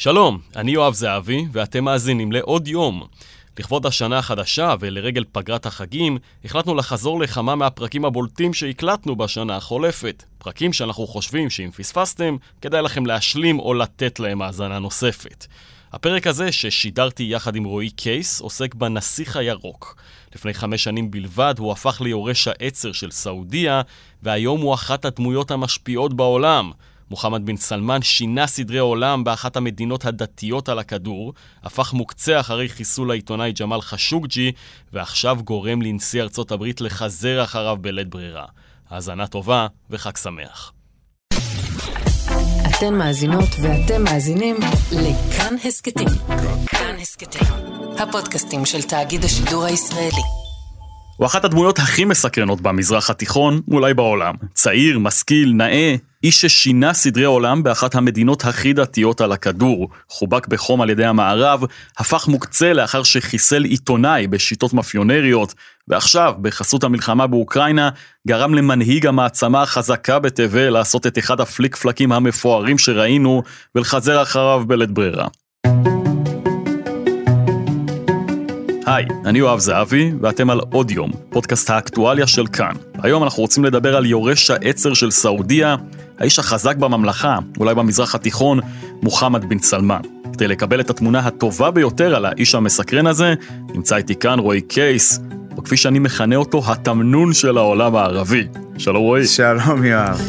שלום, אני יואב זהבי, ואתם מאזינים לעוד יום. לכבוד השנה החדשה ולרגל פגרת החגים, החלטנו לחזור לכמה מהפרקים הבולטים שהקלטנו בשנה החולפת. פרקים שאנחנו חושבים שאם פספסתם, כדאי לכם להשלים או לתת להם האזנה נוספת. הפרק הזה ששידרתי יחד עם רועי קייס עוסק בנסיך הירוק. לפני 5 שנים בלבד הוא הפך ליורש העצר של סעודיה, והיום הוא אחת הדמויות המשפיעות בעולם. מוחמד בן סלמן שינה סדרי עולם באחת המדינות הדתיות על הכדור, הפך מוקצה אחרי חיסול העיתונאי ג'מאל חשוקג'י, ועכשיו גורם לנשיא ארצות הברית לחזר אחריו בלית ברירה. האזנה טובה וחג שמח. אתן מאזינות ואתם מאזינים לכאן הסקטים. כאן הסקטים, הפודקאסטים של תאגיד השידור הישראלי. הוא אחת הדמויות הכי מסקרנות במזרח התיכון, אולי בעולם. צעיר, משכיל, נאה, איש ששינה סדרי עולם באחת המדינות הכי דתיות על הכדור, חובק בחום על ידי המערב, הפך מוקצה לאחר שחיסל עיתונאי בשיטות מאפיונריות, ועכשיו, בחסות המלחמה באוקראינה, גרם למנהיג המעצמה החזקה בתבל לעשות את אחד הפליק פלקים המפוארים שראינו, ולחזר אחריו בלית ברירה. היי, אני יואב זהבי, ואתם על עוד יום, פודקאסט האקטואליה של כאן. היום אנחנו רוצים לדבר על יורש העצר של סעודיה, האיש החזק בממלכה, אולי במזרח התיכון, מוחמד בן סלמן. כדי לקבל את התמונה הטובה ביותר על האיש המסקרן הזה, נמצא איתי כאן רועי קייס, או כפי שאני מכנה אותו, התמנון של העולם הערבי. שלום רועי. שלום יואב.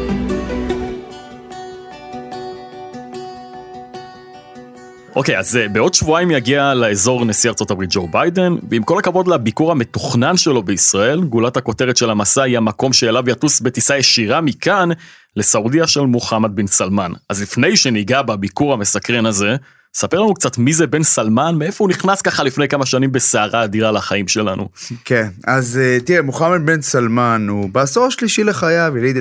אוקיי, אז בעוד שבועיים יגיע לאזור נשיא ארצות הברית ג'ו ביידן, ועם כל הכבוד לביקור המתוכנן שלו בישראל, גולת הכותרת של המסע היא המקום שאליו יטוס בטיסה ישירה מכאן לסעודיה של מוחמד בן סלמן. אז לפני שניגע בביקור המסקרן הזה, ספר לנו קצת מי זה בן סלמן, מאיפה הוא נכנס ככה לפני כמה שנים בסערה אדירה לחיים שלנו. כן, אז תראה, מוחמד בן סלמן הוא בעשור השלישי לחייו, יליד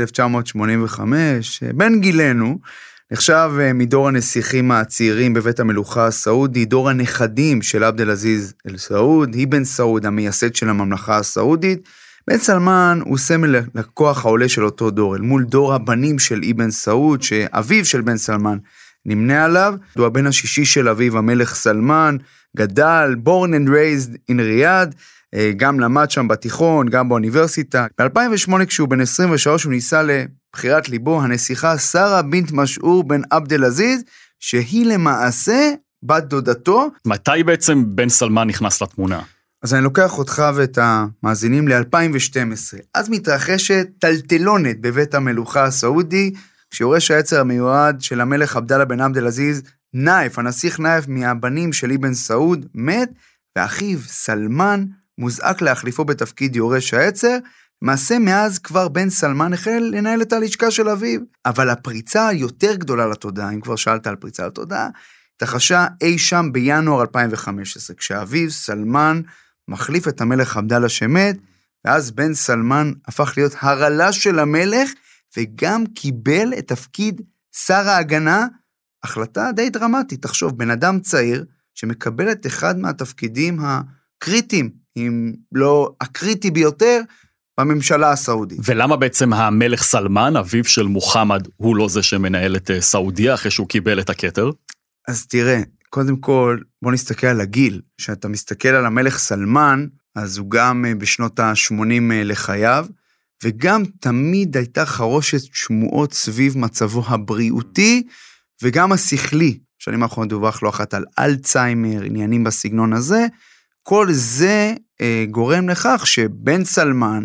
1985, בן גילנו, נחשב מדור הנסיכים הצעירים בבית המלוכה הסעודי, דור הנכדים של עבד אל-עזיז אל-סעוד, אבן סעוד, המייסד של הממלכה הסעודית. בן סלמן הוא סמל לכוח העולה של אותו דור, אל מול דור הבנים של אבן סעוד, שאביו של בן סלמן נמנה עליו. הוא הבן השישי של אביו המלך סלמן, גדל, born and raised in Riyadh, גם למד שם בתיכון, גם באוניברסיטה. ב-2008 כשהוא בן 23 הוא ניסה לבחירת ליבו הנסיכה שרה בינת משעור בן עבד אל-עזיז, שהיא למעשה בת דודתו. מתי בעצם בן סלמן נכנס לתמונה? אז אני לוקח אותך ואת המאזינים ל-2012. אז מתרחשת טלטלונת בבית המלוכה הסעודי, כשיורש העצר המיועד של המלך עבדאללה בן עבד אל-עזיז, נייף, הנסיך נייף מהבנים של אבן סעוד, מת, ואחיו סלמן מוזעק להחליפו בתפקיד יורש העצר. למעשה מאז כבר בן סלמן החל לנהל את הלשכה של אביו. אבל הפריצה היותר גדולה לתודעה, אם כבר שאלת על פריצה לתודעה, התרחשה אי שם בינואר 2015, כשאביו סלמן מחליף את המלך עבדאללה שמת, ואז בן סלמן הפך להיות הרלה של המלך, וגם קיבל את תפקיד שר ההגנה, החלטה די דרמטית. תחשוב, בן אדם צעיר שמקבל את אחד מהתפקידים הקריטיים, אם לא הקריטי ביותר, בממשלה הסעודית. ולמה בעצם המלך סלמן, אביו של מוחמד, הוא לא זה שמנהל את סעודיה אחרי שהוא קיבל את הכתר? אז תראה, קודם כל, בוא נסתכל על הגיל. כשאתה מסתכל על המלך סלמן, אז הוא גם בשנות ה-80 לחייו, וגם תמיד הייתה חרושת שמועות סביב מצבו הבריאותי, וגם השכלי. שנים האחרונות דווח לא אחת על אלצהיימר, עניינים בסגנון הזה. כל זה גורם לכך שבן סלמן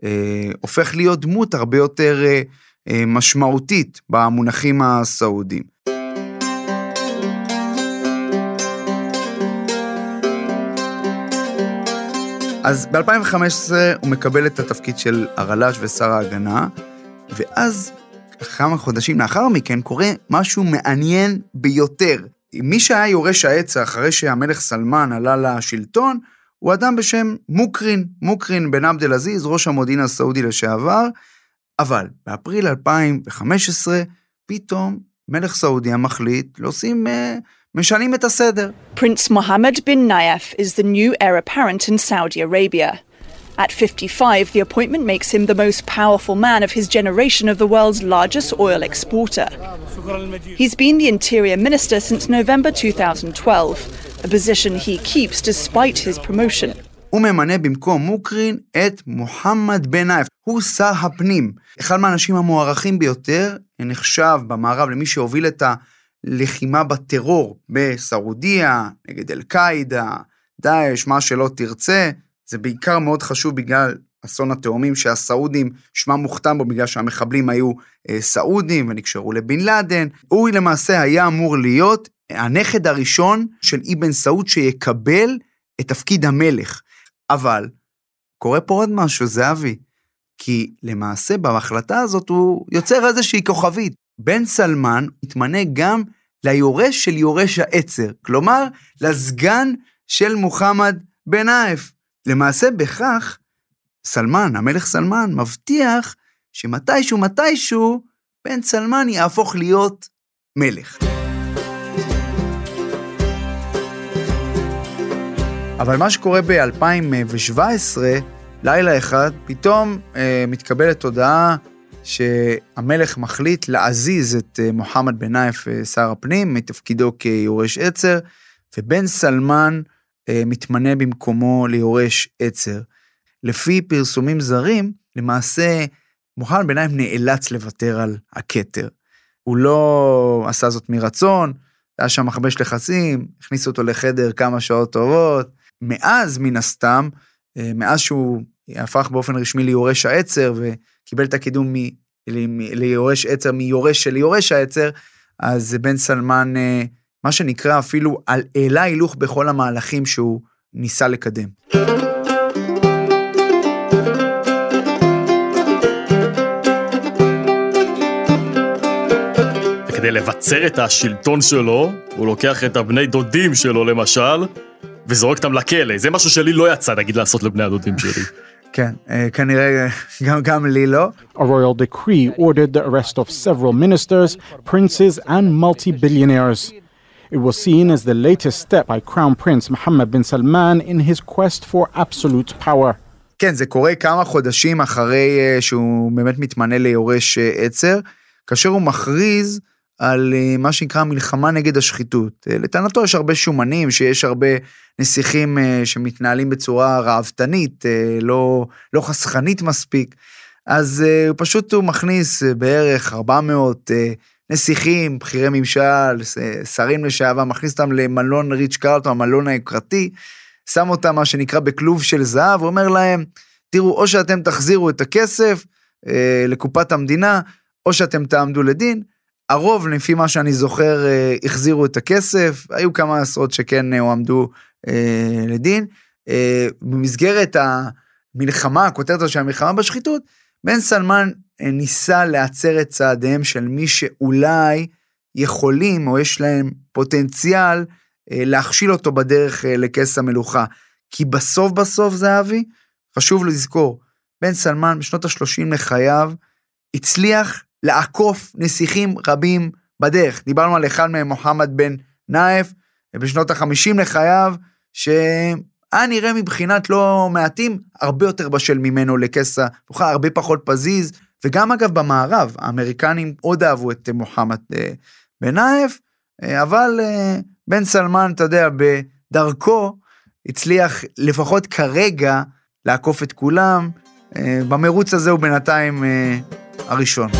הופך להיות דמות הרבה יותר משמעותית במונחים הסעודיים. אז ב-2015 הוא מקבל את התפקיד של הרל"ש ושר ההגנה, ואז כמה חודשים לאחר מכן קורה משהו מעניין ביותר. מי שהיה יורש העצר אחרי שהמלך סלמן עלה לשלטון, הוא אדם בשם מוקרין בן עבד אל-עזיז, ראש המודיעין הסעודי לשעבר, אבל באפריל 2015, פתאום מלך סעודיה מחליט להושים משנים את הסדר. Prince Mohammed bin Nayef is the new heir apparent in Saudi Arabia. At 55, the appointment makes him the most powerful man of his generation of the world's largest oil exporter. He's been the interior minister since November 2012, a position he keeps despite his promotion. הוא ממנה במקום מוקרין את מוחמד בן נאיף. הוא שר הפנים, אחד מהאנשים המוערכים ביותר, נחשב במערב למי שהוביל את הלחימה בטרור בסעודיה, נגד אל-קאידה, דאעש, מה שלא תרצה. זה בעיקר מאוד חשוב בגלל אסון התאומים שהסעודים שמם מוכתם בו, בגלל שהמחבלים היו סעודים ונקשרו לבן לאדן. הוא למעשה היה אמור להיות הנכד הראשון של אבן סעוד שיקבל את תפקיד המלך. אבל קורה פה עוד משהו, זהבי, כי למעשה בהחלטה הזאת הוא יוצר איזושהי כוכבית. בן סלמן התמנה גם ליורש של יורש העצר, כלומר לסגן של מוחמד בן נאיף. למעשה בכך, סלמן, המלך סלמן, מבטיח שמתישהו בן סלמן יהפוך להיות מלך. אבל מה שקורה ב-2017, לילה אחד, פתאום מתקבלת הודעה שהמלך מחליט להזיז את מוחמד בן נאיף, שר הפנים, מתפקידו כיורש עצר, ובן סלמן מתמנה במקומו ליורש עצר. לפי פרסומים זרים, למעשה מוחמד בן נאיף נאלץ לוותר על הכתר. הוא לא עשה זאת מרצון, היה שם מכבש לחצים, הכניסו אותו לחדר כמה שעות טובות. מאז מן הסתם, מאז שהוא הפך באופן רשמי ליורש העצר, וקיבל את הקידום ליורש עצר, מיורש של יורש העצר, אז בן סלמן, מה שנקרא אפילו, העלה הילוך בכל המהלכים שהוא ניסה לקדם. וכדי לבצר את השלטון שלו, הוא לוקח את הבני דודים שלו למשל, וזורק אותם לכלא. זה משהו שלי לא יצא, נגיד, לעשות לבני הדודים שלי. כן, כנראה גם לי לא. A royal decree ordered the arrest of several ministers, princes and multi-billionaires. It was seen as the latest step by Crown Prince Mohammed bin Salman in his quest for absolute power. כן, זה קורה כמה חודשים אחרי שהוא באמת מתמנה ליורש עצר, כאשר הוא מכריז על מה שנקרא מלחמה נגד השחיתות. לטענתו יש הרבה שומנים, שיש הרבה נסיכים שמתנהלים בצורה רעבתנית, לא חסכנית מספיק, אז הוא מכניס בערך 400 נסיכים, בחירי ממשל, שרים לשעבר, מכניס אותם למלון ריץ' קרלטון, המלון היוקרתי, שם אותם מה שנקרא בכלוב של זהב, ואומר להם, תראו, או שאתם תחזירו את הכסף לקופת המדינה, או שאתם תעמדו לדין. הרוב, לפי מה שאני זוכר, החזירו את הכסף, היו כמה עשרות שכן הועמדו לדין. במסגרת המלחמה, הכותרת של המלחמה בשחיתות, בן סלמן ניסה לעצר את צעדיהם של מי שאולי יכולים, או יש להם פוטנציאל, להכשיל אותו בדרך לכס המלוכה. כי בסוף זהבי, חשוב לזכור, בן סלמן בשנות ה-30 לחייו, הצליח לעקוף נסיכים רבים בדרך. דיברנו על אחד מהם, מוחמד בן נאיף, בשנות ה-50 לחייו, שהיה נראה מבחינת לא מעטים, הרבה יותר בשל ממנו לכס המלוכה, הרבה פחות פזיז, וגם אגב במערב, האמריקנים עוד אהבו את מוחמד בן נאיף, אבל בן סלמן, אתה יודע, בדרכו, הצליח לפחות כרגע לעקוף את כולם, במרוץ הזה הוא בינתיים הראשון.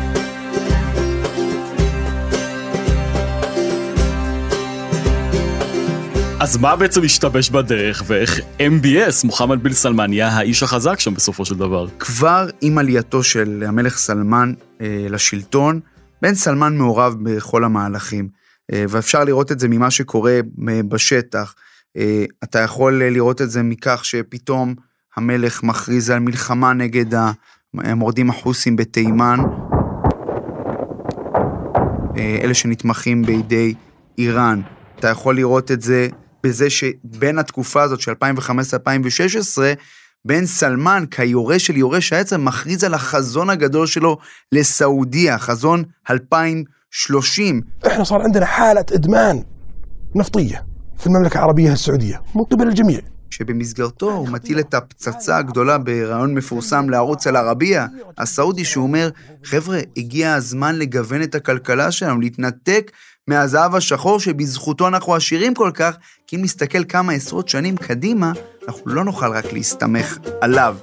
אז מה בעצם השתבש בדרך, ואיך MBS, מוחמד בן סלמן, היה האיש החזק שם בסופו של דבר? כבר עם עלייתו של המלך סלמן לשלטון, בן סלמן מעורב בכל המהלכים, ואפשר לראות את זה ממה שקורה בשטח. אתה יכול לראות את זה מכך שפתאום המלך מכריז על מלחמה נגד המורדים החוסים בתימן, אלה שנתמכים בידי איראן. אתה יכול לראות את זה בזה שבין התקופה הזאת של 2015-2016, בן סלמן, כיורש של יורש העצר, מכריז על החזון הגדול שלו לסעודיה, חזון 2030. احنا صار عندنا حالة ادمان نفطية في المملكة العربية السعودية من قبل الجميع. שבמסגרתו הוא מטיל את הפצצה הגדולה ברעיון מפורסם לערוץ אל-ערבייה, הסעודי, שהוא אומר, חבר'ה, הגיע הזמן לגוון את הכלכלה שלנו, להתנתק מהזהב השחור שבזכותו אנחנו עשירים כל כך, כי אם נסתכל כמה עשרות שנים קדימה, אנחנו לא נוכל רק להסתמך עליו.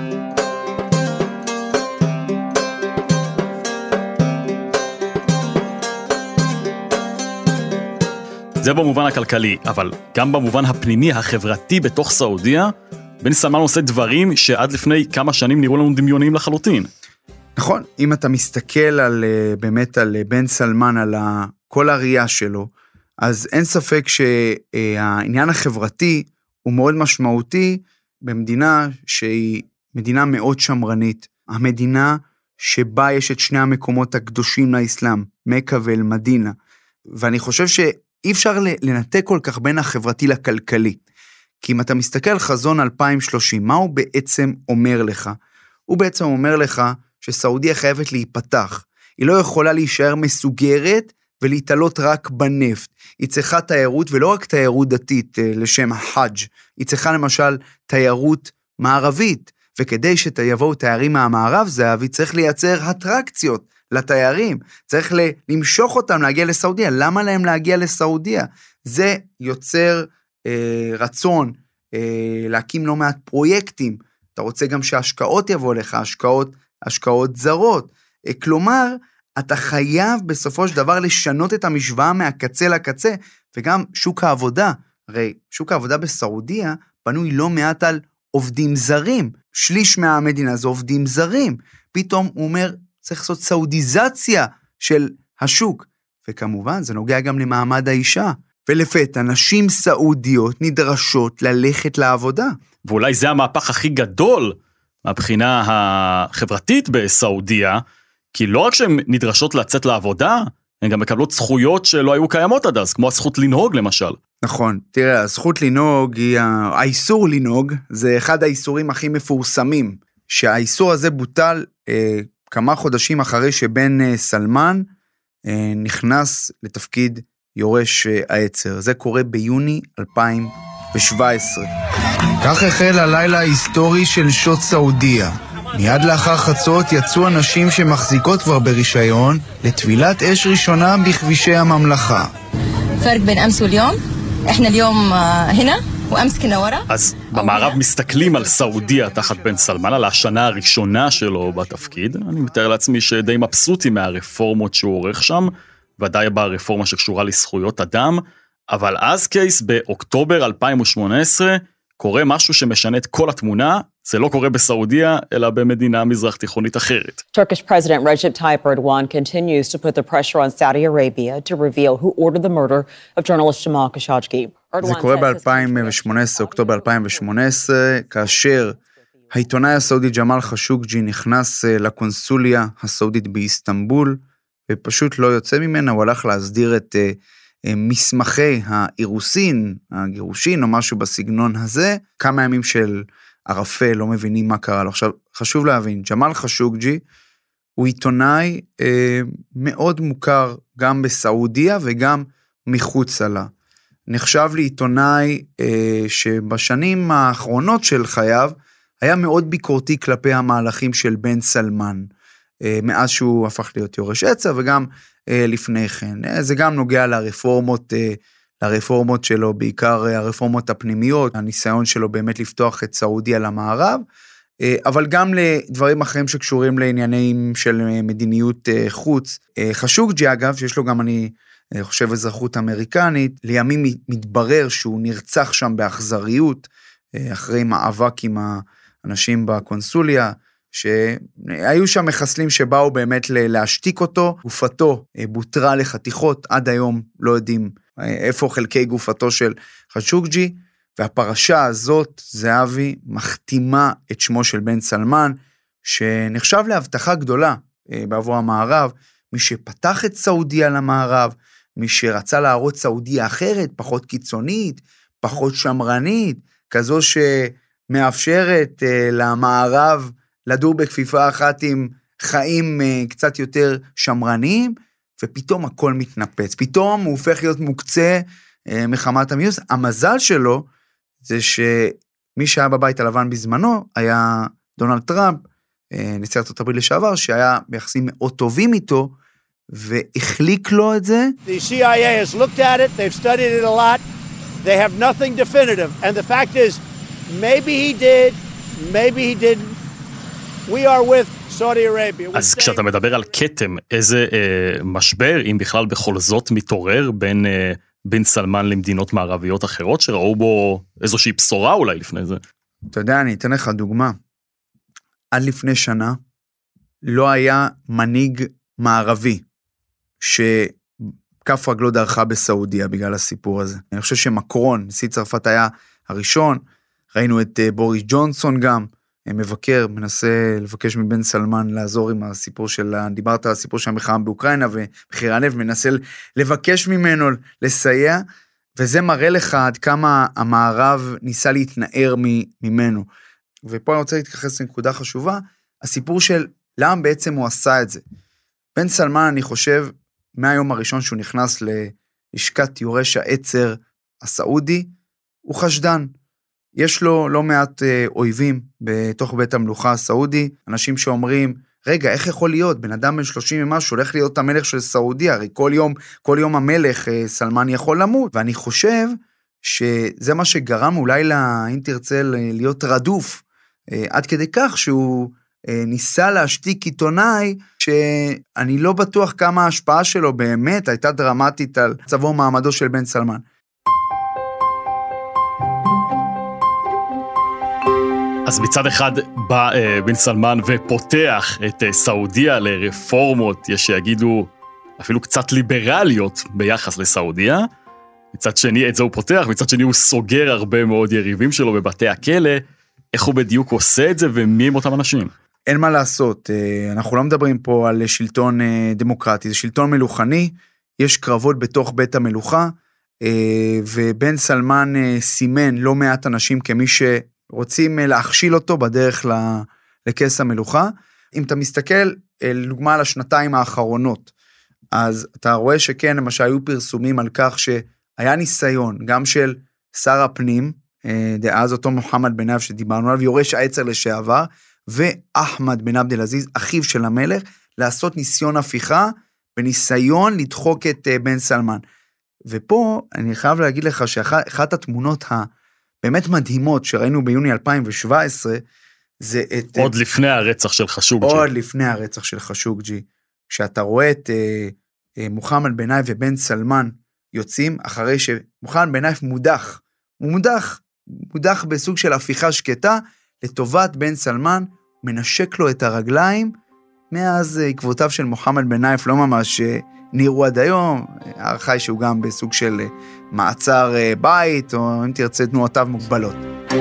זה במובן הכלכלי, אבל גם במובן הפנימי, החברתי בתוך סעודיה, בן סלמן עושה דברים שעד לפני כמה שנים נראו לנו דמיוניים לחלוטין. נכון, אם אתה מסתכל באמת על בן סלמן, על כל הראייה שלו, אז אין ספק שהעניין החברתי הוא מאוד משמעותי במדינה שהיא מדינה מאוד שמרנית, המדינה שבה יש את שני המקומות הקדושים לאסלאם, מקה ואל-מדינה, ואני חושב שאי אפשר לנתק כל כך בין החברתי לכלכלי, כי אם אתה מסתכל על חזון 2030, מה הוא בעצם אומר לך? הוא בעצם אומר לך שסעודיה חייבת להיפתח, היא לא יכולה להישאר מסוגרת ולהתעלות רק בנפט, היא צריכה תיירות ולא רק תיירות דתית לשם החאג', היא צריכה למשל תיירות מערבית, וכדי שתבואו תיירים מהמערב זהבי, צריך לייצר אטרקציות לתיירים, צריך למשוך אותם להגיע לסעודיה, למה להם להגיע לסעודיה? זה יוצר רצון להקים לא מעט פרויקטים, אתה רוצה גם שהשקעות יבואו לך, השקעות זרות, כלומר, אתה חייב בסופו של דבר לשנות את המשוואה מהקצה לקצה, וגם שוק העבודה, הרי שוק העבודה בסעודיה בנוי לא מעט על עובדים זרים, שליש מהמדינה זה עובדים זרים, פתאום הוא אומר, צריך לעשות סעודיזציה של השוק, וכמובן זה נוגע גם למעמד האישה, ולפתע נשים סעודיות נדרשות ללכת לעבודה. ואולי זה המהפך הכי גדול מהבחינה החברתית בסעודיה, כי לא רק שהן נדרשות לצאת לעבודה, הן גם מקבלות זכויות שלא היו קיימות עד אז, כמו הזכות לנהוג למשל. נכון, תראה, הזכות לנהוג, האיסור לנהוג, זה אחד האיסורים הכי מפורסמים, שהאיסור הזה בוטל כמה חודשים אחרי שבן סלמן נכנס לתפקיד יורש העצר. זה קורה ביוני 2017. כך החל הלילה ההיסטורי של שוט סעודיה. מיד לאחר חצות יצאו אנשים שמחזיקות כבר ברישיון לטבילת אש ראשונה בכבישי הממלכה. פרק בין אמס וליום, אנחנו היום הנה, ואמס כנאורה. אז במערב מסתכלים על סעודיה תחת בן סלמן, על השנה הראשונה שלו בתפקיד. אני מתאר לעצמי שדי מבסוטי מהרפורמות שהוא עורך שם, ודאי ברפורמה שקשורה לזכויות אדם, אבל אז קייס באוקטובר 2018 קורה משהו שמשנה את כל התמונה, זה לא קורה בסעודיה, אלא במדינה מזרח תיכונית אחרת. Turkish President Recep Tayyip Erdogan continues to put the pressure on Saudi Arabia to reveal who ordered the murder of journalist Jamal Khashoggi. זה קורה ב-2018, אוקטובר 2018, כאשר העיתונאי הסעודי ג'מאל חשוקג'י נכנס לקונסוליה הסעודית באיסטנבול, ופשוט לא יוצא ממנה, הוא הלך להסדיר את מסמכי האירוסין, הגירושין או משהו בסגנון הזה, כמה ימים של ערפל, לא מבינים מה קרה לו. עכשיו, חשוב להבין, ג'מאל חשוקג'י הוא עיתונאי מאוד מוכר גם בסעודיה וגם מחוץ לה. נחשב לעיתונאי שבשנים האחרונות של חייו, היה מאוד ביקורתי כלפי המהלכים של בן סלמן, מאז שהוא הפך להיות יורש עצר, וגם לפני כן. זה גם נוגע לרפורמות שלו, בעיקר הרפורמות הפנימיות, הניסיון שלו באמת לפתוח את סעודיה למערב, אבל גם לדברים אחרים שקשורים לעניינים של מדיניות חוץ. חשוקג'י אגב, שיש לו גם אני חושב אזרחות אמריקנית, לימים מתברר שהוא נרצח שם באכזריות, אחרי מאבק עם האנשים בקונסוליה, שהיו שם מחסלים שבאו באמת להשתיק אותו, גופתו בוטרה לחתיכות, עד היום לא יודעים איפה חלקי גופתו של חשוקג'י, והפרשה הזאת, זהבי, מחתימה את שמו של בן סלמן, שנחשב להבטחה גדולה בעבור המערב, מי שפתח את סעודיה למערב, מי שרצה להראות סעודיה אחרת, פחות קיצונית, פחות שמרנית, כזו שמאפשרת למערב לדור בכפיפה אחת עם חיים קצת יותר שמרניים, ופתאום הכל מתנפץ, פתאום הוא הופך להיות מוקצה מחמת המיוס. המזל שלו זה שמי שהיה בבית הלבן בזמנו, היה דונלד טראמפ, נשיא ארצות הברית לשעבר, שהיה ביחסים מאוד טובים איתו, והחליק לו את זה. The CIA has looked at it, they've studied it a lot, they have nothing definitive, and the fact is, maybe he did, maybe he didn't, we are with Saudi Arabia. אז כשאתה מדבר על כתם, איזה משבר, אם בכלל בכל זאת מתעורר בין בן סלמן למדינות מערביות אחרות, שראו בו איזושהי בשורה אולי לפני זה? אתה יודע, אני אתן לך דוגמה. עד לפני שנה, לא היה מנהיג מערבי, שכף רגלו דרכה בסעודיה בגלל הסיפור הזה. אני חושב שמקרון, נשיא צרפת היה הראשון, ראינו את בוריס ג'ונסון גם, מבקר, מנסה לבקש מבן סלמן לעזור עם הסיפור של, דיברת על הסיפור של המלחמה באוקראינה, ומחיר הנפט מנסה לבקש ממנו לסייע, וזה מראה לך עד כמה המערב ניסה להתנער ממנו. ופה אני רוצה להתייחס לנקודה חשובה, הסיפור של למה בעצם הוא עשה את זה. בן סלמן, אני חושב, מהיום הראשון שהוא נכנס ללשכת יורש העצר הסעודי, הוא חשדן. יש לו לא מעט אויבים בתוך בית המלוכה הסעודי, אנשים שאומרים, רגע, איך יכול להיות? בן אדם בן 30 ומשהו, הולך להיות המלך של סעודיה, הרי כל יום המלך סלמן יכול למות, ואני חושב שזה מה שגרם אולי אם תרצה להיות רדוף, עד כדי כך שהוא ניסה להשתיק עיתונאי, שאני לא בטוח כמה ההשפעה שלו באמת הייתה דרמטית על צבו מעמדו של בן סלמן. אז מצד אחד בא בן סלמן ופותח את סעודיה לרפורמות, יש שיגידו אפילו קצת ליברליות ביחס לסעודיה, מצד שני את זה הוא פותח, מצד שני הוא סוגר הרבה מאוד יריבים שלו בבתי הכלא, איך הוא בדיוק עושה את זה ומי הם אותם אנשים? אין מה לעשות, אנחנו לא מדברים פה על שלטון דמוקרטי, זה שלטון מלוכני, יש קרבות בתוך בית המלוכה, ובן סלמן סימן לא מעט אנשים כמי שרוצים להכשיל אותו בדרך לכס המלוכה. אם אתה מסתכל, לדוגמה על השנתיים האחרונות, אז אתה רואה שכן, למשל היו פרסומים על כך שהיה ניסיון, גם של שר הפנים, דאז אותו מוחמד בן נאיף שדיברנו עליו, יורש העצר לשעבר, ואחמד בן עבד אל-עזיז, אחיו של המלך, לעשות ניסיון הפיכה, בניסיון לדחוק את בן סלמן. ופה אני חייב להגיד לך שאחת התמונות הבאמת מדהימות שראינו ביוני 2017, זה את... עוד לפני הרצח של חשוקג'י. עוד לפני הרצח של חשוקג'י, כשאתה רואה את מוחמד בן נאיף ובן סלמן יוצאים, אחרי שמוחמד בן נאיף מודח, הוא מודח בסוג של הפיכה שקטה, לטובת בן סלמן, מנשק לו את הרגליים, מאז עקבותיו של מוחמד בן נאיף לא ממש נראו עד היום, הערכה היא שהוא גם בסוג של מעצר בית, או אם תרצה תנועותיו מוגבלות.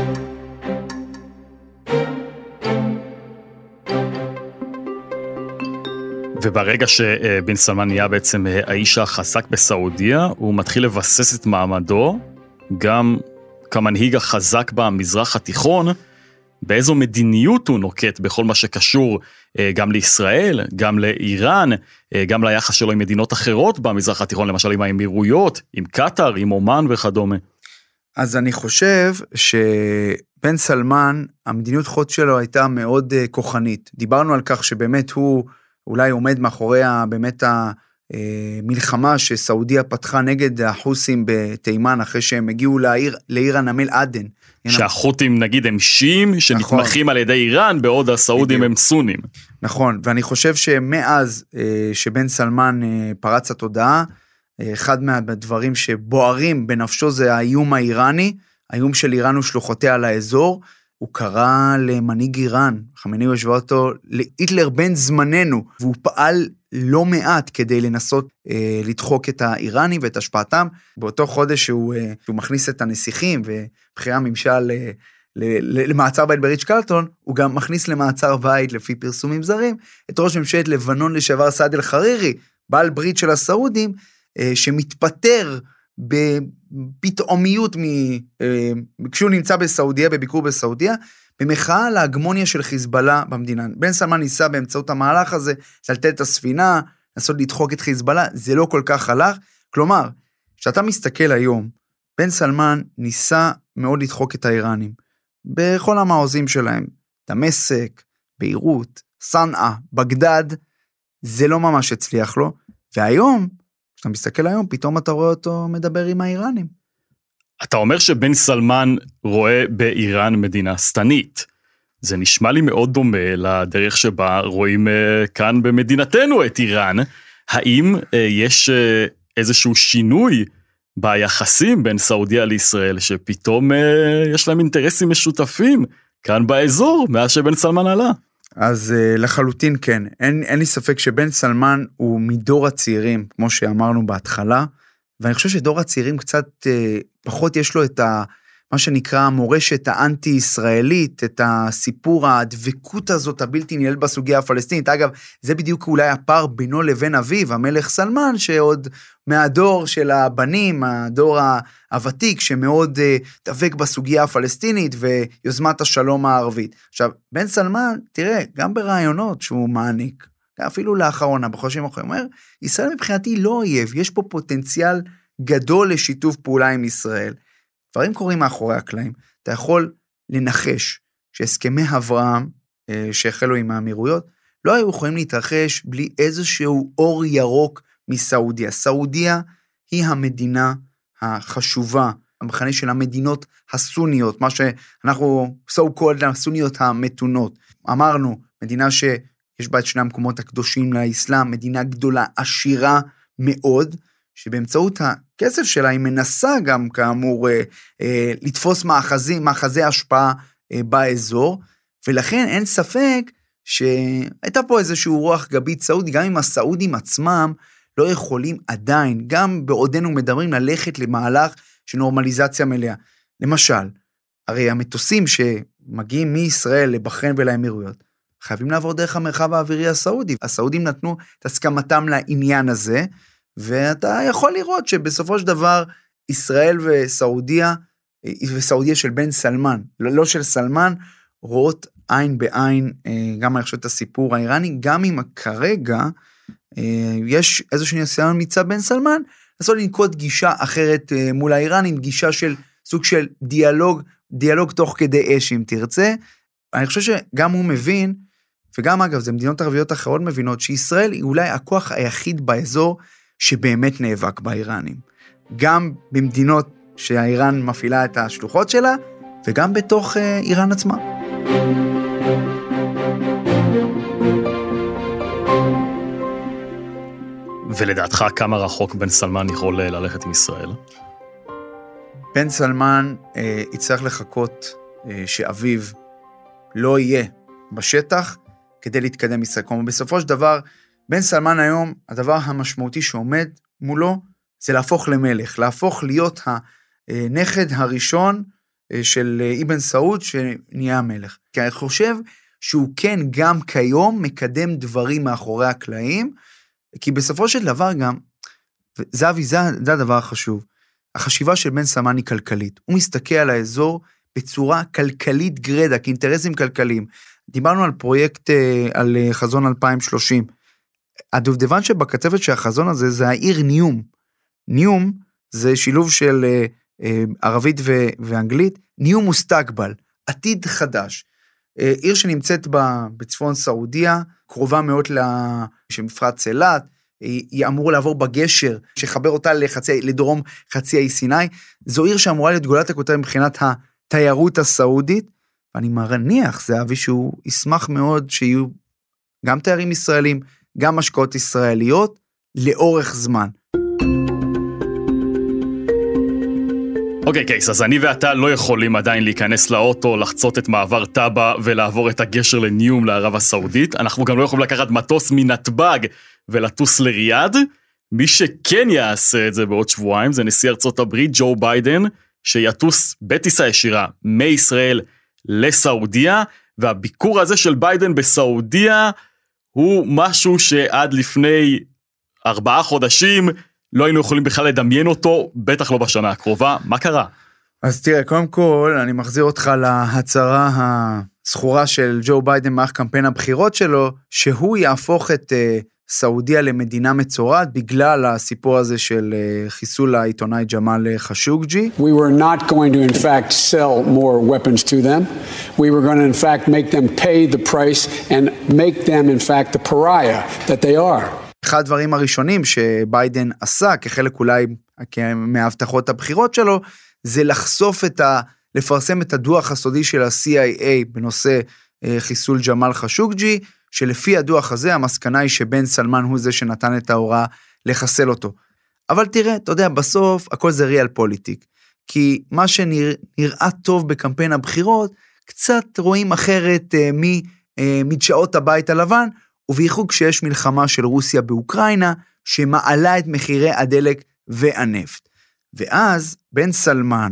וברגע שבן סלמן נהיה בעצם האיש החזק בסעודיה, הוא מתחיל לבסס את מעמדו, גם כמנהיג החזק במזרח התיכון, באיזו מדיניות הוא נוקט בכל מה שקשור גם לישראל, גם לאיראן, גם ליחס שלו עם מדינות אחרות במזרח התיכון, למשל עם האמירויות, עם קטר, עם אומן וכדומה. אז אני חושב שבן סלמן, המדיניות חוץ שלו הייתה מאוד כוחנית. דיברנו על כך שבאמת הוא אולי עומד מאחורי באמת המלחמה שסעודיה פתחה נגד החוסים בתימן, אחרי שהם הגיעו לעיר הנמל עדן. שהחות'ים נגיד הם שיעים, שנתמכים על ידי איראן, בעוד הסעודים הם סונים. נכון, ואני חושב שמאז שבן סלמן פרץ התודעה, אחד מהדברים שבוערים בנפשו זה האיום האיראני, האיום של איראן ושלוחותיה על האזור, הוא קרא למנהיג איראן, חמינאי השווה אותו להיטלר בן זמננו, והוא פעל לא מעט כדי לנסות לדחוק את האיראני ואת השפעתם. באותו חודש שהוא מכניס את הנסיכים ובחירי הממשל למעצר בית בריץ' קרלטון, הוא גם מכניס למעצר בית לפי פרסומים זרים, את ראש ממשלת לבנון לשעבר סעד אל-חרירי, בעל ברית של הסעודים, שמתפטר בפתאומיות כשהוא נמצא בסעודיה, בביקור בסעודיה, במחאה על ההגמוניה של חיזבאללה במדינה. בן סלמן ניסה באמצעות המהלך הזה, לטלטל את הספינה, לנסות לדחוק את חיזבאללה, זה לא כל כך הלך. כלומר, כשאתה מסתכל היום, בן סלמן ניסה מאוד לדחוק את האיראנים, בכל המעוזים שלהם, דמשק, ביירות, סנעה, בגדד, זה לא ממש הצליח לו, והיום, כשאתה מסתכל היום, פתאום אתה רואה אותו מדבר עם האיראנים. אתה אומר שבן סלמן רואה באיראן מדינה שטנית. זה נשמע לי מאוד דומה לדרך שבה רואים כאן במדינתנו את איראן. האם יש איזשהו שינוי ביחסים בין סעודיה לישראל, שפתאום יש להם אינטרסים משותפים כאן באזור, מאז שבן סלמן עלה? אז לחלוטין כן, אין לי ספק שבן סלמן הוא מדור הצעירים, כמו שאמרנו בהתחלה, ואני חושב שדור הצעירים קצת פחות יש לו את מה שנקרא המורשת האנטי-ישראלית, את הסיפור, הדבקות הזאת הבלתי נלאית בסוגיה הפלסטינית. אגב, זה בדיוק אולי הפער בינו לבין אביו, המלך סלמן, שעוד מהדור של הבנים, הדור הוותיק, שמאוד דבק בסוגיה הפלסטינית ויוזמת השלום הערבית. עכשיו, בן סלמן, תראה, גם ברעיונות שהוא מעניק, אפילו לאחרונה, בחודשים האחרונים, אומר, ישראל מבחינתי לא אויב, יש פה פוטנציאל גדול לשיתוף פעולה עם ישראל. דברים קורים מאחורי הקלעים. אתה יכול לנחש שהסכמי אברהם שהחלו עם האמירויות, לא היו יכולים להתרחש בלי איזשהו אור ירוק מסעודיה. סעודיה היא המדינה החשובה, המחנה של המדינות הסוניות, מה שאנחנו so called הסוניות המתונות. אמרנו, מדינה שיש בה את שני המקומות הקדושים לאסלאם, מדינה גדולה, עשירה מאוד, שבאמצעות הכסף שלה היא מנסה גם כאמור לתפוס מאחזי השפעה באזור, ולכן אין ספק שהייתה פה איזשהו רוח גבית סעודי, גם אם הסעודים עצמם לא יכולים עדיין, גם בעודנו מדברים, ללכת למהלך של נורמליזציה מלאה. למשל, הרי המטוסים שמגיעים מישראל לבחריין ולאמירויות, חייבים לעבור דרך המרחב האווירי הסעודי. הסעודים נתנו את הסכמתם לעניין הזה, ואתה יכול לראות שבסופו של דבר ישראל וסעודיה של בן סלמן, לא של סלמן, רואות עין בעין גם אני חושב את הסיפור האיראני, גם אם כרגע יש איזשהו ניסיון מצד בן סלמן, לעשות לנקוט גישה אחרת מול האיראנים, גישה של סוג של דיאלוג תוך כדי אש אם תרצה. אני חושב שגם הוא מבין, וגם אגב זה מדינות ערביות אחרות מבינות, שישראל היא אולי הכוח היחיד באזור שבאמת נאבק באיראנים. גם במדינות שהאיראן מפעילה את השלוחות שלה, וגם בתוך איראן עצמה. ולדעתך כמה רחוק בן סלמן יכול ללכת עם ישראל? בן סלמן יצטרך לחכות שאביו לא יהיה בשטח כדי להתקדם ישראל. כלומר, בסופו של דבר, בן סלמן היום, הדבר המשמעותי שעומד מולו, זה להפוך למלך, להפוך להיות הנכד הראשון של אבן סעוד שנהיה המלך. כי אני חושב שהוא כן גם כיום מקדם דברים מאחורי הקלעים, כי בסופו של דבר גם, זהבי, זה הדבר החשוב, החשיבה של בן סלמן היא כלכלית, הוא מסתכל על האזור בצורה כלכלית גרדה, כאינטרסים כלכליים. דיברנו על פרויקט, על חזון 2030, הדובדבן שבקצפת של החזון הזה, זה העיר ניום. ניום זה שילוב של ערבית ואנגלית, ניום מוסתקבל, עתיד חדש. עיר שנמצאת בצפון סעודיה, קרובה מאוד למפרץ אילת, היא אמורה לעבור בגשר, שחבר אותה לדרום חצי האי סיני, זו עיר שאמורה להיות גולת הכותרת מבחינת התיירות הסעודית, ואני מניח, זה אבי שהוא ישמח מאוד שיהיו גם תיירים ישראלים, גם השקעות ישראליות, לאורך זמן. אוקיי, קייס, אז אני ואתה לא יכולים עדיין להיכנס לאוטו, לחצות את מעבר טאבה ולעבור את הגשר לניום לערב הסעודית. אנחנו גם לא יכולים לקחת מטוס מנתב"ג ולטוס לריאד. מי שכן יעשה את זה בעוד שבועיים זה נשיא ארצות הברית ג'ו ביידן, שיטוס בטיסה ישירה מישראל לסעודיה, והביקור הזה של ביידן בסעודיה הוא משהו שעד לפני 4 חודשים לא היינו יכולים בכלל לדמיין אותו, בטח לא בשנה הקרובה. מה קרה? אז תראה, קודם כל, אני מחזיר אותך להצהרה הסחורה של ג'ו ביידן, מערך קמפיין הבחירות שלו, שהוא יהפוך את סעודיה למדינה מצורעת, בגלל הסיפור הזה של חיסול העיתונאי ג'מאל חשוקג'י. We were not going to in fact sell more weapons to them. We were going to in fact make them pay the price and make them in fact the pariah that they are. אחד הדברים הראשונים שביידן עשה, כחלק אולי מהבטחות הבחירות שלו, זה לחשוף לפרסם את הדוח הסודי של ה-CIA בנושא חיסול ג'מאל חשוקג'י, שלפי הדוח הזה, המסקנה היא שבן סלמן הוא זה שנתן את ההוראה לחסל אותו. אבל תראה, אתה יודע, בסוף הכל זה ריאל פוליטיק, כי מה שנראה טוב בקמפיין הבחירות, קצת רואים אחרת מדשאות הבית הלבן, ובייחוד כשיש מלחמה של רוסיה באוקראינה, שמעלה את מחירי הדלק והנפט. ואז בן סלמן,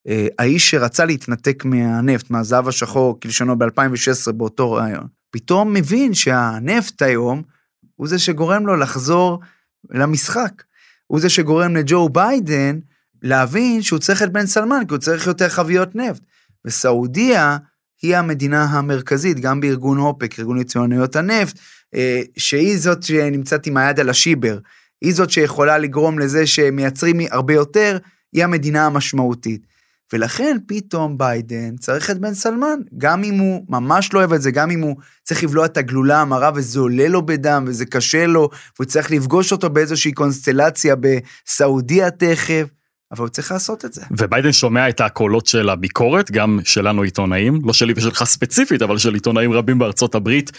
האיש שרצה להתנתק מהנפט, מהזהב השחור, כלשונו ב-2016 באותו רעיון, פתאום מבין שהנפט היום, הוא זה שגורם לו לחזור למשחק. הוא זה שגורם לג'ו ביידן, להבין שהוא צריך את בן סלמן, כי הוא צריך יותר חביות נפט. וסעודיה היא המדינה המרכזית, גם בארגון אופק, ארגון יצואניות הנפט, שהיא זאת שנמצאת עם היד על השיבר, היא זאת שיכולה לגרום לזה שמייצרים הרבה יותר, היא המדינה המשמעותית. ולכן פתאום ביידן צריך את בן סלמן, גם אם הוא ממש לא אוהב את זה, גם אם הוא צריך לבלוע את הגלולה המרה, וזה עולה לו בדם, וזה קשה לו, והוא צריך לפגוש אותו באיזושהי קונסטלציה בסעודיה תכף, אבל הוא צריך לעשות את זה. וביידן שומע את הקולות של הביקורת, גם שלנו עיתונאים, לא שלי ושלך ספציפית, אבל של עיתונאים רבים בארצות הברית,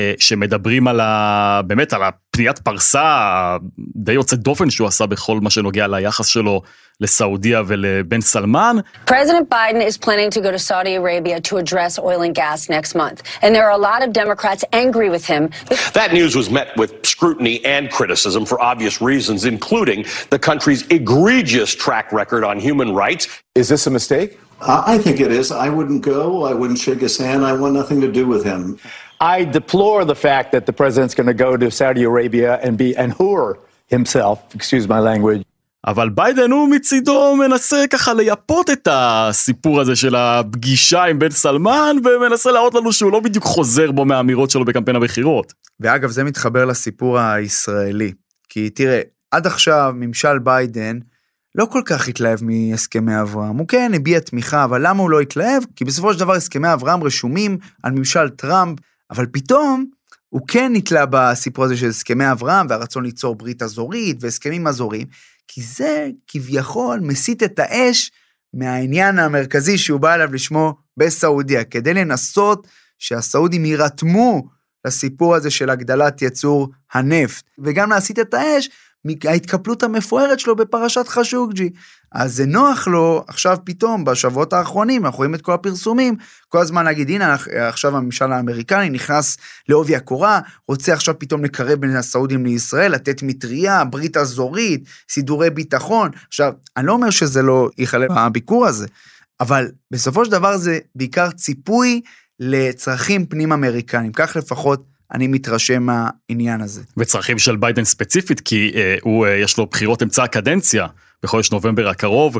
שמדברים באמת על הפניית פרסה, די יוצא דופן שהוא עשה בכל מה שנוגע ליחס שלו לסעודיה ולבן סלמן. President Biden is planning to go to Saudi Arabia to address oil and gas next month. And there are a lot of Democrats angry with him. That news was met with scrutiny and criticism for obvious reasons, including the country's egregious track record on human rights. Is this a mistake? I think it is. I wouldn't go. I wouldn't shake his hand. I want nothing to do with him. I deplore the fact that the president's going to go to Saudi Arabia and whore himself, excuse my language. אבל ביידן הוא מצידו מנסה ככה לייפות את הסיפור הזה של הפגישה עם בן סלמן, ומנסה להראות לנו שהוא לא בדיוק חוזר בו מהאמירות שלו בקמפיין הבחירות. ואגב, זה מתחבר לסיפור הישראלי. כי תראה, עד עכשיו ממשל ביידן לא כל כך התלהב מהסכמי אברהם. הוא כן הביע תמיכה, אבל למה הוא לא התלהב? כי בסופו של דבר הסכמי אברהם רשומים על ממשל טראמפ, אבל פתאום הוא כן נתלה בסיפור הזה של הסכמי אברהם, והרצון ליצור ברית אזורית והסכמים אזוריים, כי זה כביכול מסית את האש מהעניין המרכזי שהוא בא אליו לשמו בסעודיה, כדי לנסות שהסעודים יירתמו לסיפור הזה של הגדלת יצור הנפט, וגם להסית את האש מההתקפלות המפוארת שלו בפרשת חשוקג'י. אז זה נוח לו, עכשיו פתאום, בשבועות האחרונים, אנחנו רואים את כל הפרסומים, כל הזמן להגיד, הנה, עכשיו הממשל האמריקני נכנס לעובי הקורה, רוצה עכשיו פתאום לקרב בין הסעודים לישראל, לתת מטריה, ברית אזורית, סידורי ביטחון. עכשיו, אני לא אומר שזה לא יחלב הביקור הזה, אבל בסופו של דבר זה בעיקר ציפוי לצרכים פנים אמריקנים, כך לפחות אני מתרשם מהעניין הזה. וצרכים של ביידן ספציפית, כי יש לו בחירות אמצע הקדנציה, בחודש נובמבר הקרוב,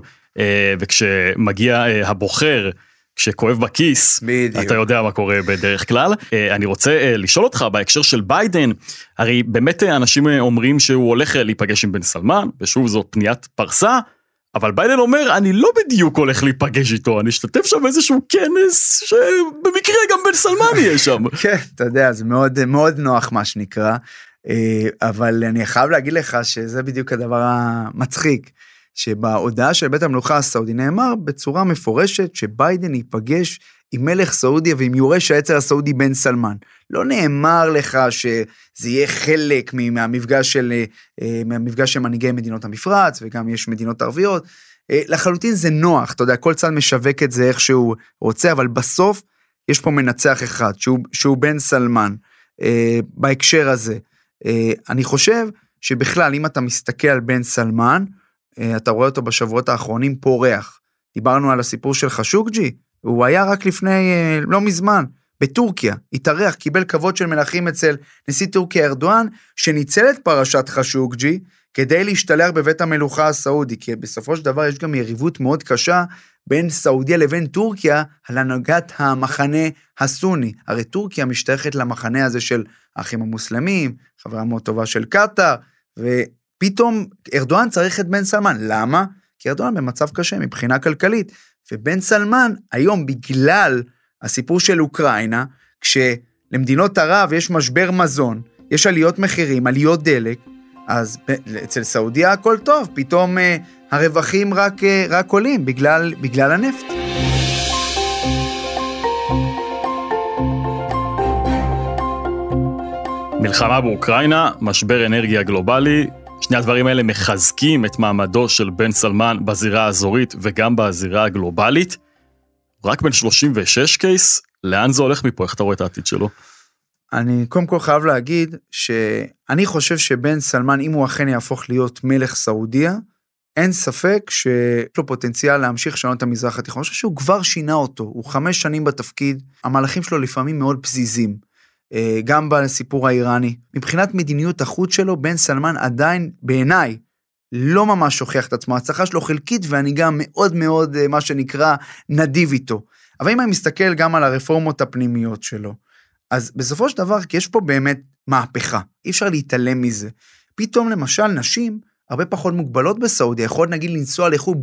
וכשמגיע הבוחר, כשכואב בכיס, בדיוק. אתה יודע מה קורה בדרך כלל. אני רוצה לשאול אותך, בהקשר של ביידן, הרי באמת אנשים אומרים שהוא הולך להיפגש עם בן סלמן, ושוב זו פניית פרסה, אבל ביידן אומר, אני לא בדיוק הולך להיפגש איתו, אני אשתתף שם באיזשהו כנס, שבמקרה גם בן סלמן יהיה שם. כן, אתה יודע, זה מאוד, מאוד נוח מה שנקרא, אבל אני חייב להגיד לך שזה בדיוק הדבר המצחיק, שבהודעה של בית המלוכה הסעודי נאמר בצורה מפורשת, שביידן ייפגש עם מלך סעודיה ועם יורש העצר הסעודי בן סלמן. לא נאמר לך שזה יהיה חלק מהמפגש של מנהיגי מדינות המפרץ, וגם יש מדינות ערביות. לחלוטין זה נוח, אתה יודע, כל צד משווק את זה איך שהוא רוצה, אבל בסוף יש פה מנצח אחד, שהוא בן סלמן. בהקשר הזה, אני חושב שבכלל, אם אתה מסתכל על בן סלמן, אתה רואה אותו בשבועות האחרונים פורח. דיברנו על הסיפור של חשוקג'י, הוא היה רק לפני, לא מזמן, בטורקיה, התארח, קיבל כבוד של מלכים אצל נשיא טורקיה ארדואן, שניצל את פרשת חשוקג'י, כדי להשתלח בבית המלוכה הסעודי, כי בסופו של דבר יש גם יריבות מאוד קשה בין סעודיה לבין טורקיה, על הנהגת המחנה הסוני. הרי טורקיה משתייכת למחנה הזה של האחים המוסלמים, חברה מאוד טובה של קטר, ופתאום ארדואן צריך את בן סלמן. למה? כי ארדואן במצב קשה מבחינה כלכלית, ובן סלמן היום בגלל הסיפור של אוקראינה, כשלמדינות ערב יש משבר מזון, יש עליות מחירים, עליות דלק, אז אצל סעודיה הכל טוב, פתאום הרווחים רק עולים בגלל הנפט. מלחמה באוקראינה, משבר אנרגיה גלובלי, שני הדברים האלה מחזקים את מעמדו של בן סלמן בזירה האזורית וגם בזירה הגלובלית. רק בן 36 קייס, לאן זה הולך מפה? איך אתה רואה את העתיד שלו? אני קודם כל חייב להגיד שאני חושב שבן סלמן, אם הוא אכן יהפוך להיות מלך סעודיה, אין ספק שיש לו פוטנציאל להמשיך לשנות את המזרח התיכון. אני חושב שהוא כבר שינה אותו, הוא 5 שנים בתפקיד, המהלכים שלו לפעמים מאוד פזיזים, גם בסיפור האיראני. מבחינת מדיניות החוץ שלו, בן סלמן עדיין בעיניי לא ממש הוכיח את עצמו, ההצלחה שלו חלקית, ואני גם מאוד מאוד, מה שנקרא, נדיב איתו. אבל אם אני מסתכל גם על הרפורמות הפנימיות שלו, אז בסופו של דבר, כי יש פה באמת מהפכה, אי אפשר להתעלם מזה. פתאום למשל נשים, הרבה פחות מוגבלות בסעודיה, יכול נגיד לנסוע לחו"ל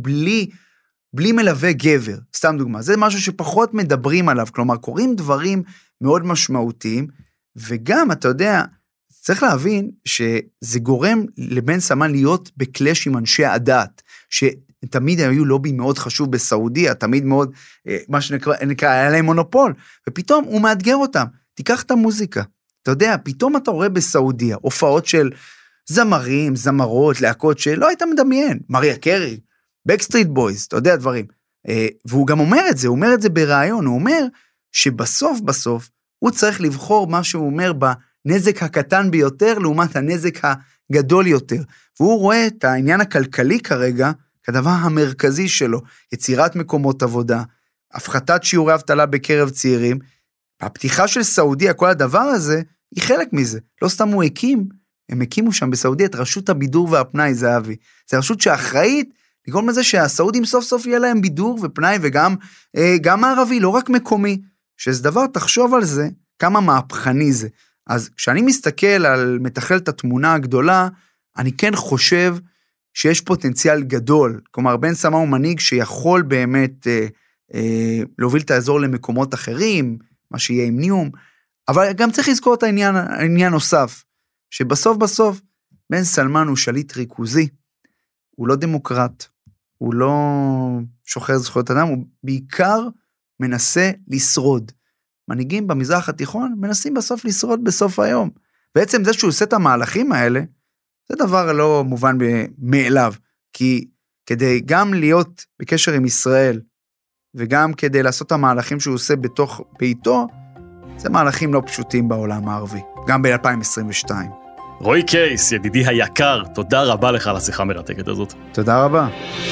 בלי מלווה גבר, סתם דוגמה, זה משהו שפחות מדברים עליו, כלומר קוראים דברים מאוד משמעותיים, וגם אתה יודע, צריך להבין שזה גורם לבן סלמן להיות בקלש עם אנשי הדת, שתמיד היו לובי מאוד חשוב בסעודיה, תמיד מאוד, מה שנקרא, היה להם מונופול, ופתאום הוא מאתגר אותם, תיקח את המוזיקה, אתה יודע, פתאום אתה רואה בסעודיה, הופעות של זמרים, זמרות, להקות שלא היית מדמיין, מריה קרי, בקסטריט בויז, אתה יודע דברים, והוא גם אומר את זה, הוא אומר את זה ברעיון, הוא אומר שבסוף הוא צריך לבחור מה שהוא אומר בנזק הקטן ביותר, לעומת הנזק הגדול יותר, והוא רואה את העניין הכלכלי כרגע, כדבר המרכזי שלו, יצירת מקומות עבודה, הפחתת שיעורי אבטלה בקרב צעירים, הפתיחה של סעודיה, כל הדבר הזה, היא חלק מזה, לא סתם הם הקימו שם בסעודיה את רשות הבידור והפנאי, זהבי, זה רשות שאחראית, לגרום לזה שהסעודים סוף סוף יהיה להם בידור ופנאי, וגם הערבי, לא רק מקומי, שזה דבר, תחשוב על זה, כמה מהפכני זה. אז כשאני מסתכל על מתחל את התמונה הגדולה, אני כן חושב שיש פוטנציאל גדול, כלומר, בן סלמן הוא מנהיג שיכול באמת להוביל את האזור למקומות אחרים, מה שיהיה עם ניום, אבל גם צריך לזכור את העניין נוסף, שבסוף בן סלמן הוא שליט ריכוזי, הוא לא דמוקרט, הוא לא שוחר זכויות אדם, הוא בעיקר מנסה לשרוד. מנהיגים במזרח התיכון מנסים בסוף לשרוד בסוף היום. בעצם זה שהוא עושה את המהלכים האלה, זה דבר לא מובן מאליו, כי כדי גם להיות בקשר עם ישראל, וגם כדי לעשות את המהלכים שהוא עושה בתוך ביתו, זה מהלכים לא פשוטים בעולם הערבי, גם ב-2022. רועי קייס, ידידי היקר, תודה רבה לך על השיחה המרתקת הזאת. תודה רבה.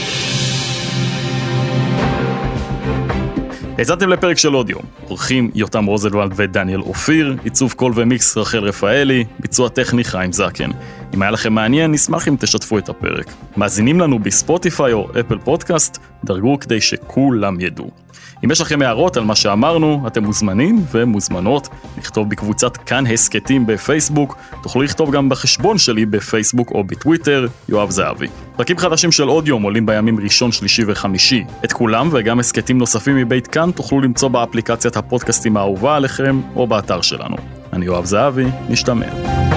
הצעתם לפרק של עוד יום, עורכים יותם רוזנבלד ודניאל אופיר, עיצוב קול ומיקס רחל רפאלי, ביצוע טכני חיים זקן. אם היה לכם מעניין, נשמח אם תשתפו את הפרק. מאזינים לנו בספוטיפיי או אפל פודקאסט, דרגו כדי שכולם ידעו. אם יש לכם הערות על מה שאמרנו, אתם מוזמנים ומוזמנות לכתוב בקבוצת כאן הסקטים בפייסבוק, תוכלו לכתוב גם בחשבון שלי בפייסבוק או בטוויטר, יואב זהבי. פרקים חדשים של עוד יום עולים בימים ראשון, שלישי וחמישי. את כולם וגם הסקטים נוספים מבית כאן תוכלו למצוא באפליקציית הפודקאסטים האהובה עליכם או באתר שלנו. אני יואב זהבי, נשתמע.